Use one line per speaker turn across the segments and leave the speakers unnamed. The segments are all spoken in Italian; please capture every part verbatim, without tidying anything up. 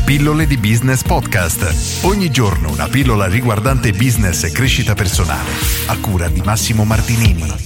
Pillole di Business Podcast. Ogni giorno una pillola riguardante business e crescita personale. A cura di Massimo Martinini.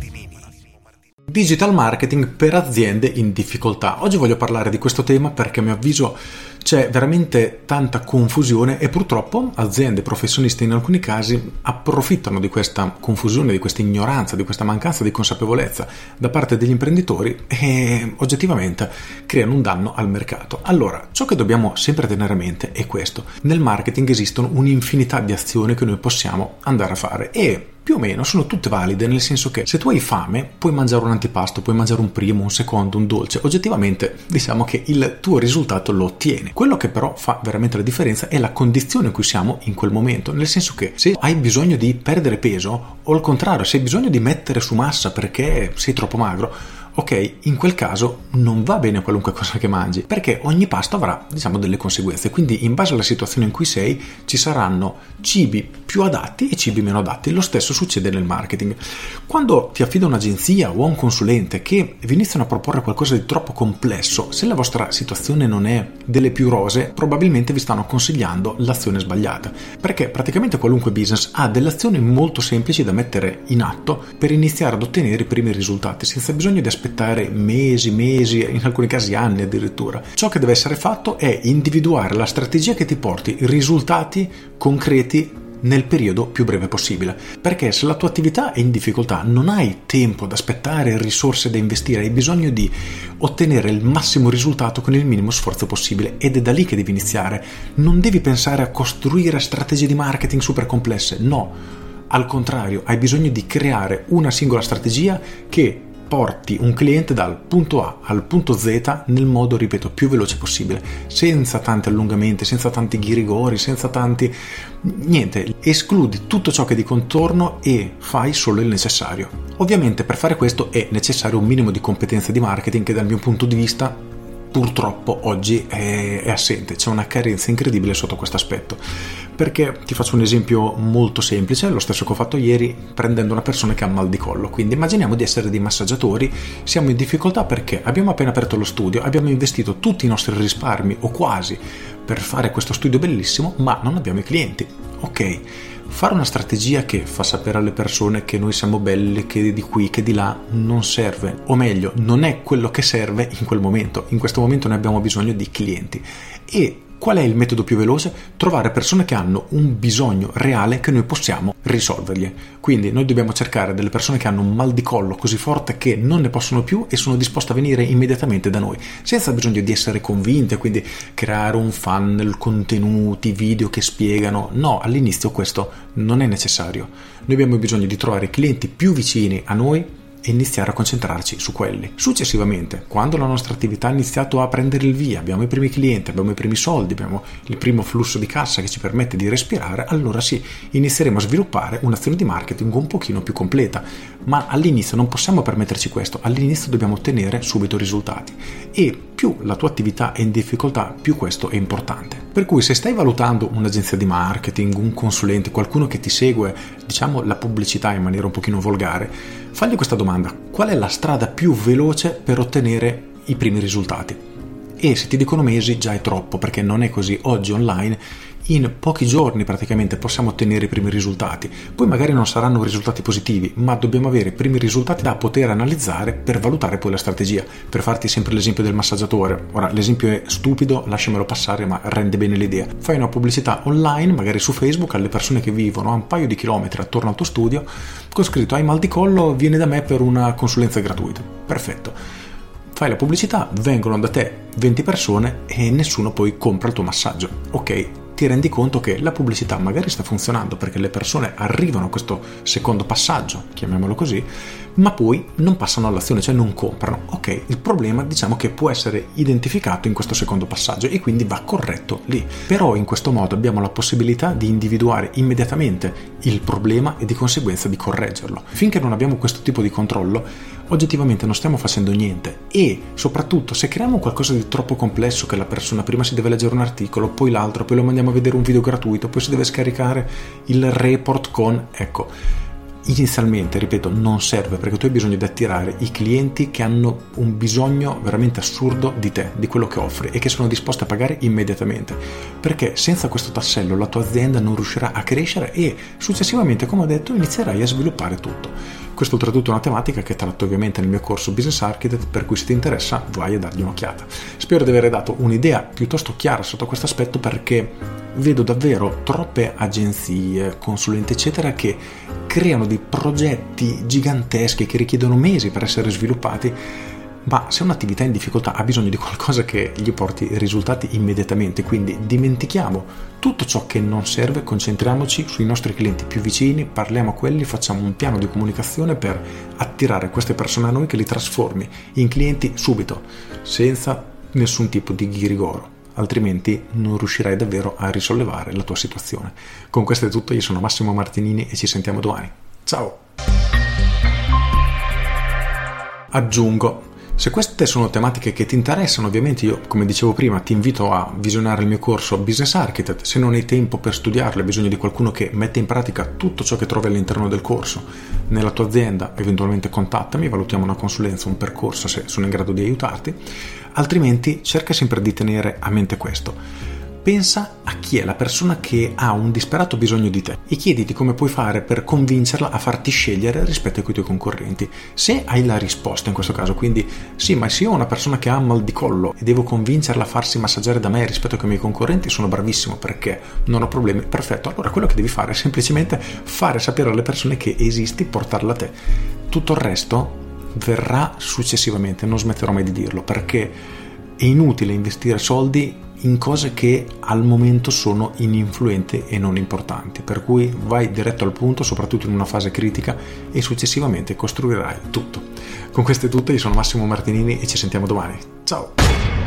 Digital marketing per aziende in difficoltà. Oggi voglio parlare di questo tema perché a mio avviso c'è veramente tanta confusione e purtroppo aziende, professionisti in alcuni casi approfittano di questa confusione, di questa ignoranza, di questa mancanza di consapevolezza da parte degli imprenditori e oggettivamente creano un danno al mercato. Allora, ciò che dobbiamo sempre tenere a mente è questo: nel marketing esistono un'infinità di azioni che noi possiamo andare a fare e più o meno sono tutte valide, nel senso che se tu hai fame puoi mangiare un antipasto, puoi mangiare un primo, un secondo, un dolce. Oggettivamente diciamo che il tuo risultato lo ottieni. Quello che però fa veramente la differenza è la condizione in cui siamo in quel momento, nel senso che se hai bisogno di perdere peso o al contrario se hai bisogno di mettere su massa perché sei troppo magro, ok, in quel caso non va bene qualunque cosa che mangi, perché ogni pasto avrà, diciamo, delle conseguenze. Quindi in base alla situazione in cui sei ci saranno cibi più adatti e cibi meno adatti. Lo stesso succede nel marketing. Quando ti affida un'agenzia o un consulente che vi iniziano a proporre qualcosa di troppo complesso, se la vostra situazione non è delle più rose, probabilmente vi stanno consigliando l'azione sbagliata, perché praticamente qualunque business ha delle azioni molto semplici da mettere in atto per iniziare ad ottenere i primi risultati senza bisogno di aspettare aspettare mesi, mesi, in alcuni casi anni addirittura. Ciò che deve essere fatto è individuare la strategia che ti porti risultati concreti nel periodo più breve possibile, perché se la tua attività è in difficoltà non hai tempo da aspettare, risorse da investire, hai bisogno di ottenere il massimo risultato con il minimo sforzo possibile ed è da lì che devi iniziare. Non devi pensare a costruire strategie di marketing super complesse, no, al contrario, hai bisogno di creare una singola strategia che porti un cliente dal punto A al punto Z nel modo, ripeto, più veloce possibile, senza tanti allungamenti, senza tanti ghirigori, senza tanti... niente, escludi tutto ciò che è di contorno e fai solo il necessario. Ovviamente per fare questo è necessario un minimo di competenza di marketing che dal mio punto di vista purtroppo oggi è, è assente. C'è una carenza incredibile sotto questo aspetto, perché ti faccio un esempio molto semplice, lo stesso che ho fatto ieri prendendo una persona che ha mal di collo. Quindi immaginiamo di essere dei massaggiatori, siamo in difficoltà perché abbiamo appena aperto lo studio, abbiamo investito tutti i nostri risparmi o quasi per fare questo studio bellissimo, ma non abbiamo i clienti. Ok, fare una strategia che fa sapere alle persone che noi siamo belli, che di qui, che di là, non serve, o meglio, non è quello che serve in quel momento. In questo momento noi abbiamo bisogno di clienti. E qual è il metodo più veloce? Trovare persone che hanno un bisogno reale che noi possiamo risolvergli. Quindi noi dobbiamo cercare delle persone che hanno un mal di collo così forte che non ne possono più e sono disposte a venire immediatamente da noi, senza bisogno di essere convinte, quindi creare un funnel, contenuti, video che spiegano. No, all'inizio questo non è necessario. Noi abbiamo bisogno di trovare clienti più vicini a noi e iniziare a concentrarci su quelli. Successivamente, quando la nostra attività ha iniziato a prendere il via, abbiamo i primi clienti, abbiamo i primi soldi, abbiamo il primo flusso di cassa che ci permette di respirare, allora sì, inizieremo a sviluppare un'azione di marketing un pochino più completa. Ma all'inizio non possiamo permetterci questo, all'inizio dobbiamo ottenere subito risultati e più la tua attività è in difficoltà, più questo è importante. Per cui se stai valutando un'agenzia di marketing, un consulente, qualcuno che ti segue, diciamo, la pubblicità in maniera un pochino volgare, fagli questa domanda: qual è la strada più veloce per ottenere i primi risultati? E se ti dicono mesi già è troppo, perché non è così. Oggi online in pochi giorni praticamente possiamo ottenere i primi risultati. Poi magari non saranno risultati positivi, ma dobbiamo avere i primi risultati da poter analizzare per valutare poi la strategia. Per farti sempre l'esempio del massaggiatore, ora l'esempio è stupido, lasciamelo passare, ma rende bene l'idea. Fai una pubblicità online, magari su Facebook, alle persone che vivono a un paio di chilometri attorno al tuo studio, con scritto: hai mal di collo, vieni da me per una consulenza gratuita. Perfetto. Fai la pubblicità, vengono da te venti persone e nessuno poi compra il tuo massaggio. Ok, ti rendi conto che la pubblicità magari sta funzionando perché le persone arrivano a questo secondo passaggio, chiamiamolo così, ma poi non passano all'azione, cioè non comprano. Ok, il problema diciamo che può essere identificato in questo secondo passaggio e quindi va corretto lì. Però in questo modo abbiamo la possibilità di individuare immediatamente il problema e di conseguenza di correggerlo. Finché non abbiamo questo tipo di controllo, oggettivamente non stiamo facendo niente. E soprattutto se creiamo qualcosa di troppo complesso che la persona prima si deve leggere un articolo, poi l'altro, poi lo mandiamo a vedere un video gratuito, poi si deve scaricare il report con, ecco, inizialmente, ripeto, non serve, perché tu hai bisogno di attirare i clienti che hanno un bisogno veramente assurdo di te, di quello che offri e che sono disposti a pagare immediatamente, perché senza questo tassello la tua azienda non riuscirà a crescere e successivamente, come ho detto, inizierai a sviluppare tutto. Questo oltretutto è una tematica che tratto ovviamente nel mio corso Business Architect, per cui se ti interessa vai a dargli un'occhiata. Spero di aver dato un'idea piuttosto chiara sotto questo aspetto, perché vedo davvero troppe agenzie, consulenti eccetera che creano dei progetti giganteschi che richiedono mesi per essere sviluppati, ma se un'attività è in difficoltà ha bisogno di qualcosa che gli porti risultati immediatamente, quindi dimentichiamo tutto ciò che non serve, concentriamoci sui nostri clienti più vicini, parliamo a quelli, facciamo un piano di comunicazione per attirare queste persone a noi che li trasformi in clienti subito, senza nessun tipo di ghirigoro, altrimenti non riuscirai davvero a risollevare la tua situazione. Con questo è tutto, io sono Massimo Martinini e ci sentiamo domani. Ciao! Aggiungo, se queste sono tematiche che ti interessano, ovviamente io, come dicevo prima, ti invito a visionare il mio corso Business Architect. Se non hai tempo per studiarlo, hai bisogno di qualcuno che mette in pratica tutto ciò che trovi all'interno del corso nella tua azienda, eventualmente contattami, valutiamo una consulenza, un percorso se sono in grado di aiutarti. Altrimenti cerca sempre di tenere a mente questo. Pensa a chi è la persona che ha un disperato bisogno di te e chiediti come puoi fare per convincerla a farti scegliere rispetto ai tuoi concorrenti. Se hai la risposta in questo caso, quindi sì, ma se io ho una persona che ha mal di collo e devo convincerla a farsi massaggiare da me rispetto ai miei concorrenti, sono bravissimo perché non ho problemi, perfetto, allora quello che devi fare è semplicemente fare sapere alle persone che esisti, portarla a te. Tutto il resto verrà successivamente, non smetterò mai di dirlo, perché è inutile investire soldi in cose che al momento sono ininfluenti e non importanti, per cui vai diretto al punto, soprattutto in una fase critica, e successivamente costruirai tutto. Con questo è tutto, io sono Massimo Martinini e ci sentiamo domani. Ciao!